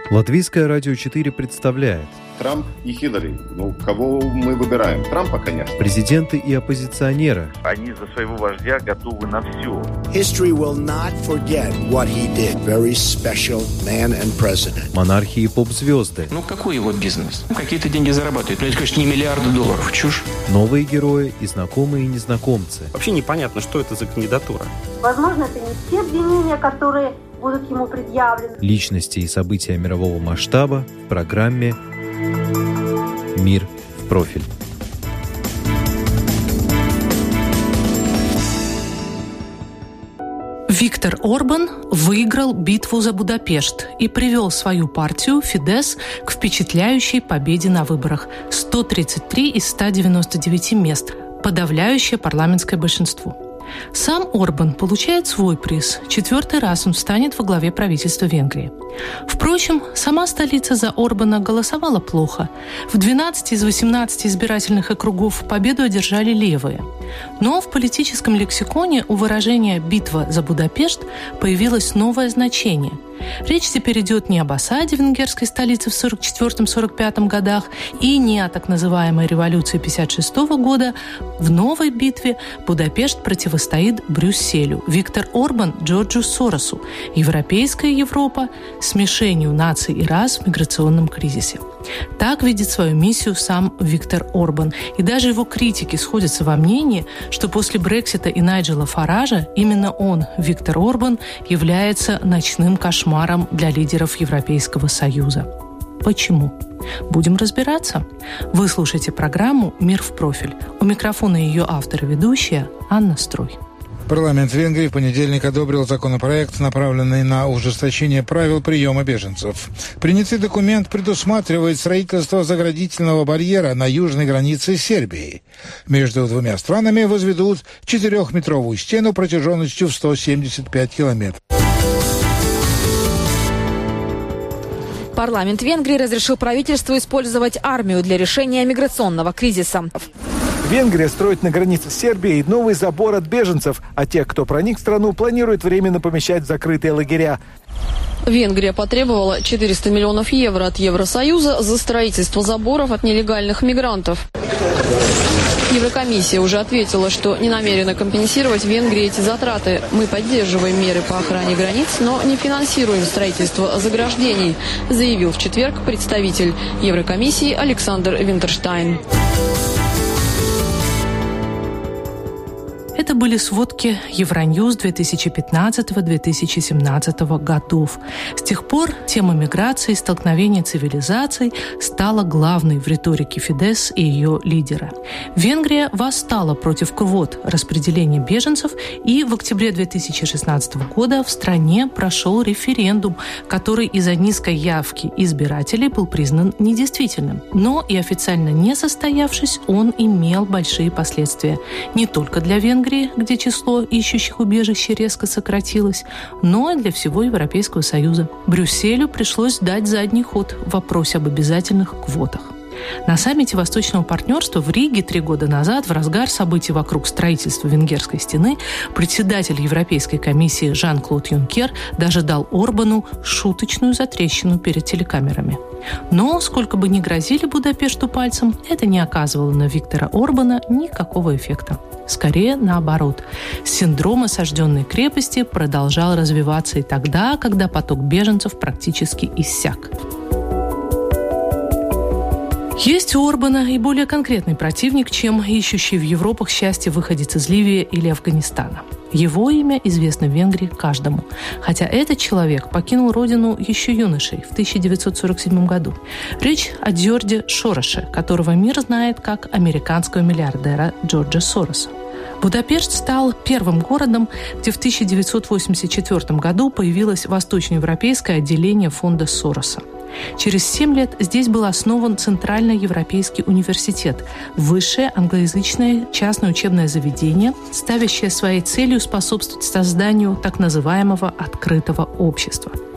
Латвийское радио 4 представляет Трамп и Хиллари. Кого мы выбираем? Трампа, конечно. Президенты и оппозиционеры. Они за своего вождя готовы на все. History will not forget what he did. Very special man and president. Монархи и поп-звезды. Какой его бизнес? Какие-то деньги зарабатывают. Это, конечно, не миллиарды долларов. Чушь. Новые герои и знакомые незнакомцы. Вообще непонятно, что это за кандидатура. Возможно, это не те обвинения, которые будут ему предъявлены. Личности и события мирового масштаба в программе «Мир в профиль». Виктор Орбан выиграл битву за Будапешт и привел свою партию «Фидес» к впечатляющей победе на выборах – 133 из 199 мест, подавляющее парламентское большинство. Сам Орбан получает свой приз. 4-й раз он встанет во главе правительства Венгрии. Впрочем, сама столица за Орбана голосовала плохо. В 12 из 18 избирательных округов победу одержали левые. Но в политическом лексиконе у выражения «битва за Будапешт» появилось новое значение. Речь теперь идет не об осаде венгерской столицы в 1944-1945 годах и не о так называемой революции 1956 года. В новой битве Будапешт противостоит Брюсселю, Виктор Орбан – Джорджу Соросу, Европейская Европа – смешению наций и рас в миграционном кризисе. Так видит свою миссию сам Виктор Орбан. И даже его критики сходятся во мнении, что после Брексита и Найджела Фаража именно он, Виктор Орбан, является ночным кошмаром для лидеров Европейского Союза. Почему? Будем разбираться. Вы слушаете программу «Мир в профиль». У микрофона ее автор и ведущая Анна Строй. Парламент Венгрии в понедельник одобрил законопроект, направленный на ужесточение правил приема беженцев. Принятый документ предусматривает строительство заградительного барьера на южной границе Сербии. Между двумя странами возведут 4-метровую стену протяженностью в 175 километров. Парламент Венгрии разрешил правительству использовать армию для решения миграционного кризиса. Венгрия строит на границе с Сербией новый забор от беженцев, а тех, кто проник в страну, планирует временно помещать в закрытые лагеря. Венгрия потребовала 400 миллионов евро от Евросоюза за строительство заборов от нелегальных мигрантов. Еврокомиссия уже ответила, что не намерена компенсировать Венгрии эти затраты. Мы поддерживаем меры по охране границ, но не финансируем строительство заграждений, заявил в четверг представитель Еврокомиссии Александр Винтерштайн. Это были сводки Евроньюз 2015-2017 годов. С тех пор тема миграции и столкновения цивилизаций стала главной в риторике Фидес и ее лидера. Венгрия восстала против квот распределения беженцев, и в октябре 2016 года в стране прошел референдум, который из-за низкой явки избирателей был признан недействительным. Но и официально не состоявшись, он имел большие последствия не только для Венгрии, где число ищущих убежище резко сократилось, но и для всего Европейского Союза. Брюсселю пришлось дать задний ход в вопросе об обязательных квотах. На саммите Восточного партнерства в Риге 3 года назад, в разгар событий вокруг строительства Венгерской стены, председатель Европейской комиссии Жан-Клод Юнкер даже дал Орбану шуточную затрещину перед телекамерами. Но, сколько бы ни грозили Будапешту пальцем, это не оказывало на Виктора Орбана никакого эффекта. Скорее, наоборот. Синдром осажденной крепости продолжал развиваться и тогда, когда поток беженцев практически иссяк. Есть у Орбана и более конкретный противник, чем ищущий в Европах счастье выходец из Ливии или Афганистана. Его имя известно в Венгрии каждому, хотя этот человек покинул родину еще юношей в 1947 году. Речь о Джордже Соросе, которого мир знает как американского миллиардера Джорджа Сороса. Будапешт стал первым городом, где в 1984 году появилось восточноевропейское отделение фонда Сороса. Через 7 лет здесь был основан Центральноевропейский университет, высшее англоязычное частное учебное заведение, ставящее своей целью способствовать созданию так называемого открытого общества.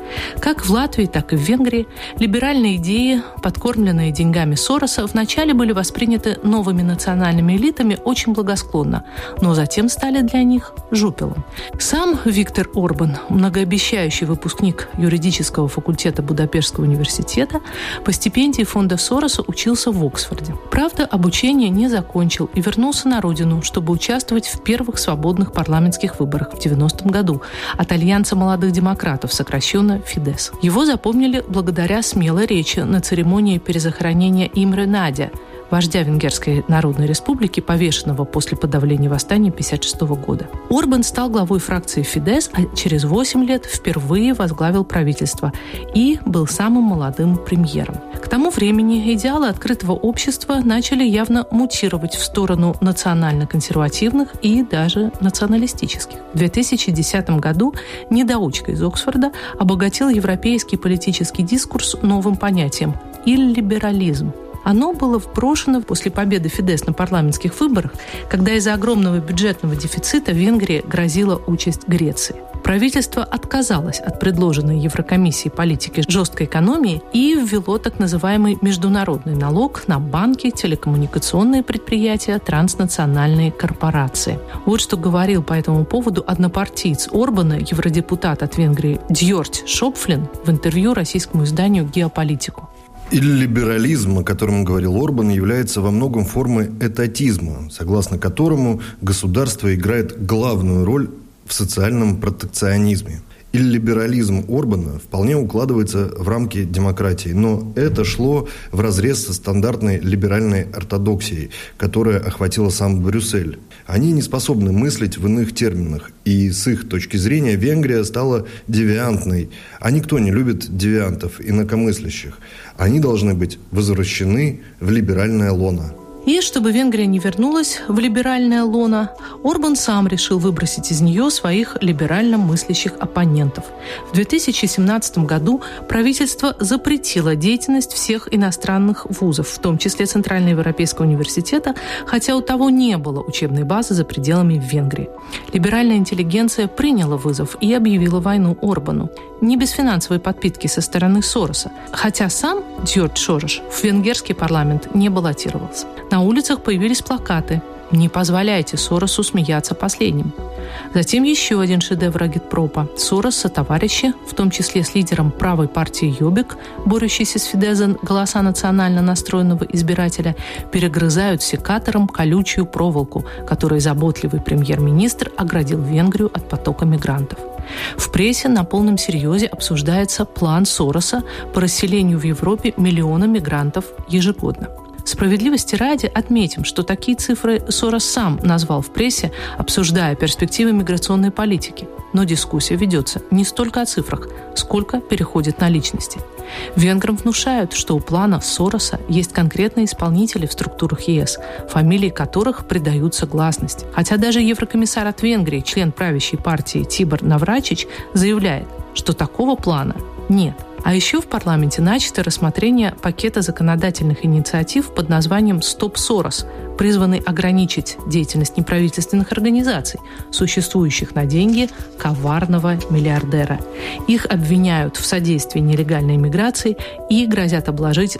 Как в Латвии, так и в Венгрии либеральные идеи, подкормленные деньгами Сороса, вначале были восприняты новыми национальными элитами очень благосклонно, но затем стали для них жупелом. Сам Виктор Орбан, многообещающий выпускник юридического факультета Будапештского университета, по стипендии фонда Сороса учился в Оксфорде. Правда, обучение не закончил и вернулся на родину, чтобы участвовать в первых свободных парламентских выборах в 90-м году от Альянса молодых демократов, сокращенно Фидес. Его запомнили благодаря смелой речи на церемонии перезахоронения Имре Надя, вождя Венгерской Народной Республики, повешенного после подавления восстания 1956 года. Орбан стал главой фракции Фидес, а через 8 лет впервые возглавил правительство и был самым молодым премьером. К тому времени идеалы открытого общества начали явно мутировать в сторону национально-консервативных и даже националистических. В 2010 году недоучка из Оксфорда обогатил европейский политический дискурс новым понятием – иллиберализм. Оно было вброшено после победы Фидес на парламентских выборах, когда из-за огромного бюджетного дефицита Венгрии грозила участь Греции. Правительство отказалось от предложенной Еврокомиссией политики жесткой экономии и ввело так называемый международный налог на банки, телекоммуникационные предприятия, транснациональные корпорации. Вот что говорил по этому поводу однопартиец Орбана, евродепутат от Венгрии Дьордь Шопфлин в интервью российскому изданию «Геополитику». Иллиберализм, о котором говорил Орбан, является во многом формой этатизма, согласно которому государство играет главную роль в социальном протекционизме. Иллиберализм Орбана вполне укладывается в рамки демократии, но это шло вразрез со стандартной либеральной ортодоксией, которая охватила сам Брюссель. Они не способны мыслить в иных терминах, и с их точки зрения Венгрия стала девиантной, а никто не любит девиантов, инакомыслящих. Они должны быть возвращены в либеральное лоно. И чтобы Венгрия не вернулась в либеральное лоно, Орбан сам решил выбросить из нее своих либерально мыслящих оппонентов. В 2017 году правительство запретило деятельность всех иностранных вузов, в том числе Центральноевропейского университета, хотя у того не было учебной базы за пределами Венгрии. Либеральная интеллигенция приняла вызов и объявила войну Орбану. Не без финансовой подпитки со стороны Сороса, хотя сам Дьордь Шореш в венгерский парламент не баллотировался. На улицах появились плакаты «Не позволяйте Соросу смеяться последним». Затем еще один шедевр агитпропа. Сорос сотоварищи, в том числе с лидером правой партии Йобик, борющейся с Фидес за голоса национально настроенного избирателя, перегрызают секатором колючую проволоку, которой заботливый премьер-министр оградил Венгрию от потока мигрантов. В прессе на полном серьезе обсуждается план Сороса по расселению в Европе миллиона мигрантов ежегодно. Справедливости ради отметим, что такие цифры Сорос сам назвал в прессе, обсуждая перспективы миграционной политики. Но дискуссия ведется не столько о цифрах, сколько переходит на личности. Венграм внушают, что у плана Сороса есть конкретные исполнители в структурах ЕС, фамилии которых придаются гласность. Хотя даже еврокомиссар от Венгрии, член правящей партии Тибор Наврачич, заявляет, что такого плана нет. А еще в парламенте начато рассмотрение пакета законодательных инициатив под названием «Стоп Сорос», призванный ограничить деятельность неправительственных организаций, существующих на деньги коварного миллиардера. Их обвиняют в содействии нелегальной миграции и грозят обложить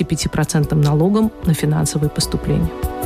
25% налогом на финансовые поступления.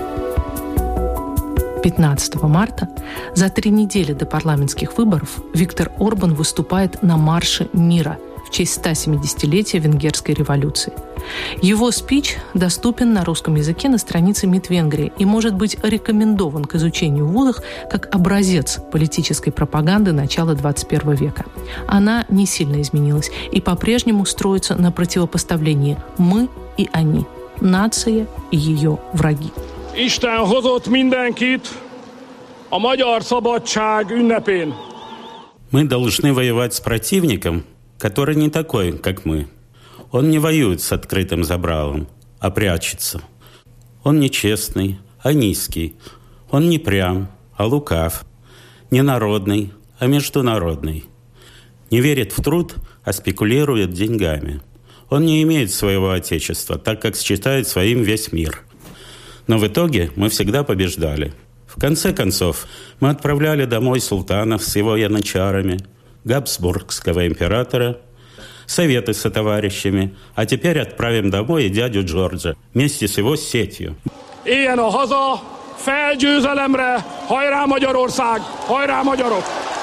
15 марта, за 3 недели до парламентских выборов, Виктор Орбан выступает на Марше мира в честь 170-летия Венгерской революции. Его спич доступен на русском языке на странице МИД Венгрии и может быть рекомендован к изучению в вузах как образец политической пропаганды начала 21 века. Она не сильно изменилась и по-прежнему строится на противопоставлении «мы» и «они», нация и ее враги. Isten hozott mindenkit a magyar szabadság ünnepén. Мы должны воевать с противником, который не такой, как мы. Он не воюет с открытым забралом, а прячется. Он не честный, а низкий. Он не прям, а лукав. Не народный, а международный. Не верит в труд, а спекулирует деньгами. Он не имеет своего отечества, так как считает своим весь мир. Но в итоге мы всегда побеждали. В конце концов, мы отправляли домой султанов с его янычарами, габсбургского императора, советы со товарищами. А теперь отправим домой и дядю Джорджа вместе с его сетью. Éljen a haza, felgyőzelemre, hajrá Magyarország, hajrá magyarok!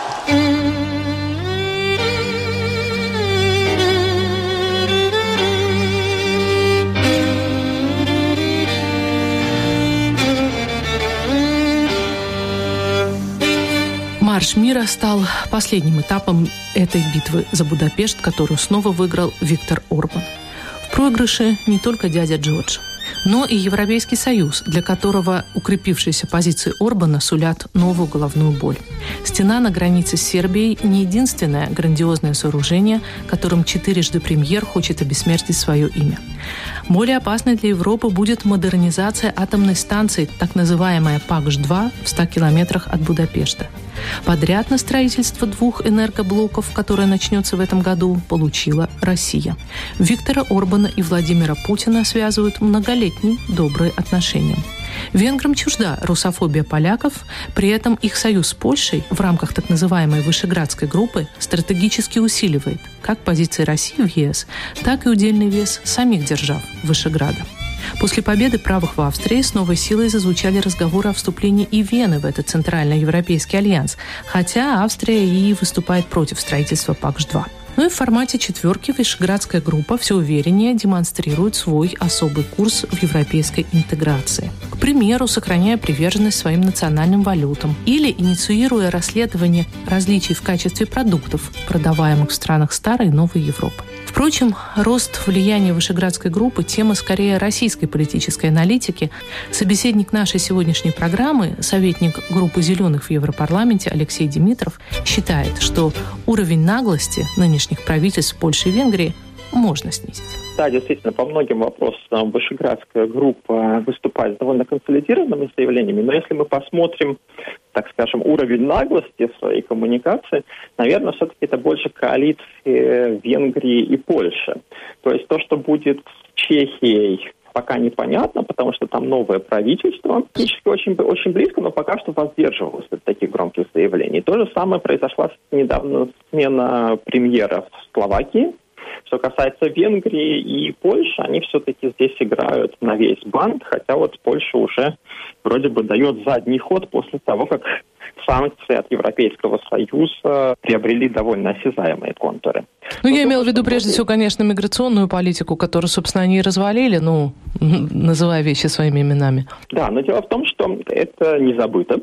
Марш мира стал последним этапом этой битвы за Будапешт, которую снова выиграл Виктор Орбан. В проигрыше не только дядя Джордж, но и Европейский Союз, для которого укрепившиеся позиции Орбана сулят новую головную боль. Стена на границе с Сербией – не единственное грандиозное сооружение, которым четырежды премьер хочет обессмертить свое имя. Более опасной для Европы будет модернизация атомной станции, так называемая Пакш-2, в 100 километрах от Будапешта. Подряд на строительство 2 энергоблоков, которое начнется в этом году, получила Россия. Виктора Орбана и Владимира Путина связывают многолетние добрые отношения. Венграм чужда русофобия поляков, при этом их союз с Польшей в рамках так называемой Вышеградской группы стратегически усиливает как позиции России в ЕС, так и удельный вес самих держав Вышеграда. После победы правых в Австрии с новой силой зазвучали разговоры о вступлении и Вены в этот центральноевропейский альянс, хотя Австрия и выступает против строительства Пакш-2. Ну и в формате четверки Вышеградская группа все увереннее демонстрирует свой особый курс в европейской интеграции. К примеру, сохраняя приверженность своим национальным валютам или инициируя расследование различий в качестве продуктов, продаваемых в странах Старой и Новой Европы. Впрочем, рост влияния Вышеградской группы – тема скорее российской политической аналитики. Собеседник нашей сегодняшней программы, советник группы «Зеленых» в Европарламенте Алексей Димитров, считает, что уровень наглости нынешних правительств Польши и Венгрии можно снизить. Да, действительно, по многим вопросам Вышеградская группа выступает с довольно консолидированными заявлениями, но если мы посмотрим, так скажем, уровень наглости в своей коммуникации, наверное, все-таки это больше коалиции Венгрии и Польши. То есть то, что будет с Чехией, пока непонятно, потому что там новое правительство. Фактически очень близко, но пока что воздерживалось от таких громких заявлений. То же самое произошла недавно смена премьера в Словакии. Что касается Венгрии и Польши, они все-таки здесь играют на весь банк, хотя вот Польша уже вроде бы дает задний ход после того, как санкции от Европейского Союза приобрели довольно осязаемые контуры. Я имела в виду прежде всего, конечно, миграционную политику, которую, собственно, они и развалили, называя вещи своими именами. Да, но дело в том, что это не забыто.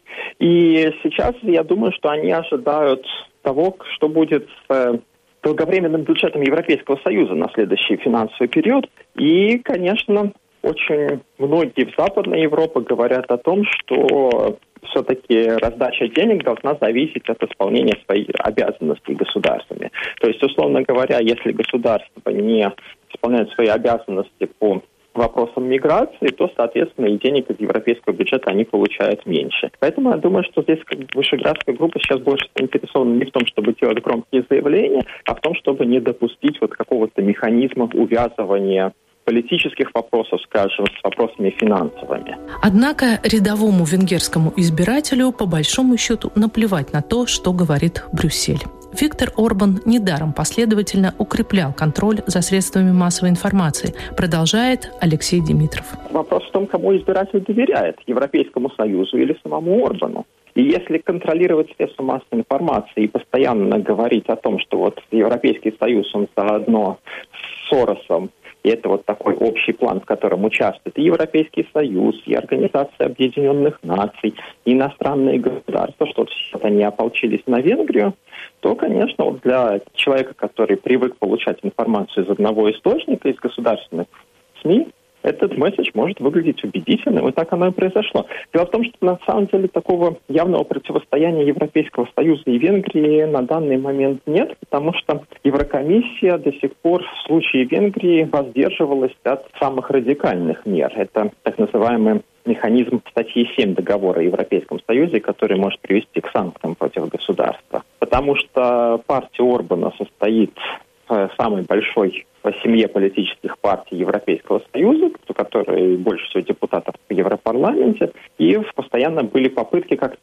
И сейчас, я думаю, что они ожидают того, что будет с долговременным бюджетом Европейского Союза на следующий финансовый период. И, конечно, очень многие в Западной Европе говорят о том, что все-таки раздача денег должна зависеть от исполнения своих обязанностей государствами. То есть, условно говоря, если государство не исполняет свои обязанности по вопросам миграции, то, соответственно, и денег из европейского бюджета они получают меньше. Поэтому я думаю, что здесь Вышеградская группа сейчас больше заинтересована не в том, чтобы делать громкие заявления, а в том, чтобы не допустить вот какого-то механизма увязывания политических вопросов, скажем, с вопросами финансовыми. Однако рядовому венгерскому избирателю по большому счету наплевать на то, что говорит Брюссель. Виктор Орбан недаром последовательно укреплял контроль за средствами массовой информации, продолжает Алексей Димитров. Вопрос в том, кому избиратель доверяет, Европейскому Союзу или самому Орбану. И если контролировать средства массовой информации и постоянно говорить о том, что вот Европейский Союз, он заодно с Соросом, и это вот такой общий план, в котором участвует и Европейский Союз, и Организация Объединенных Наций, и иностранные государства, что все они ополчились на Венгрию, то, конечно, вот для человека, который привык получать информацию из одного источника, из государственных СМИ, этот месседж может выглядеть убедительным, и так оно и произошло. Дело в том, что на самом деле такого явного противостояния Европейского Союза и Венгрии на данный момент нет, потому что Еврокомиссия до сих пор в случае Венгрии воздерживалась от самых радикальных мер. Это так называемый механизм статьи 7 договора о Европейском Союзе, который может привести к санкциям против государства. Потому что партия Орбана состоит в самой большой семье политических партий Европейского Союза, у которой больше всего депутатов в Европарламенте, и постоянно были попытки как-то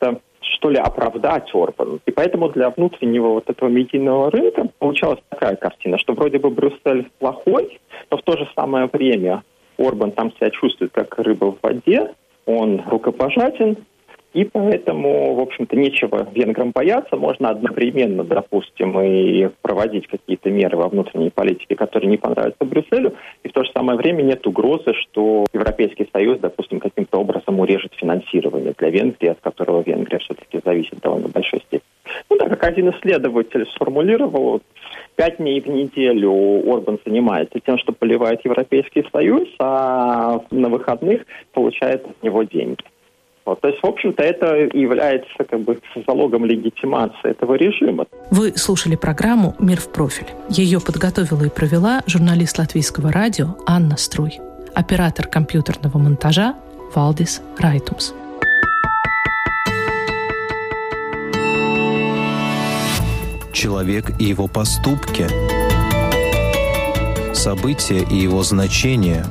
что ли, оправдать Орбана. И поэтому для внутреннего вот этого медийного рынка получалась такая картина, что вроде бы Брюссель плохой, но в то же самое время Орбан там себя чувствует как рыба в воде, он рукопожатен, и поэтому, в общем-то, нечего венграм бояться. Можно одновременно, допустим, и проводить какие-то меры во внутренней политике, которые не понравятся Брюсселю, и в то же самое время нет угрозы, что Европейский Союз, допустим, каким-то образом урежет финансирование для Венгрии, от которого Венгрия все-таки зависит в довольно большой степени. Ну да, как один исследователь сформулировал, 5 дней в неделю Орбан занимается тем, что поливает Европейский Союз, а на выходных получает от него деньги. Вот, то есть, в общем-то, это является как бы залогом легитимации этого режима. Вы слушали программу «Мир в профиль». Ее подготовила и провела журналист Латвийского радио Анна Струй, оператор компьютерного монтажа Валдис Райтумс. Человек и его поступки, события и его значения.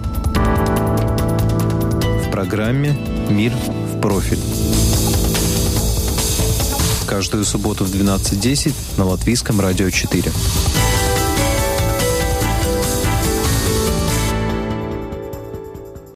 В программе «Мир в профиль». Каждую субботу в 12:10 на Латвийском радио 4.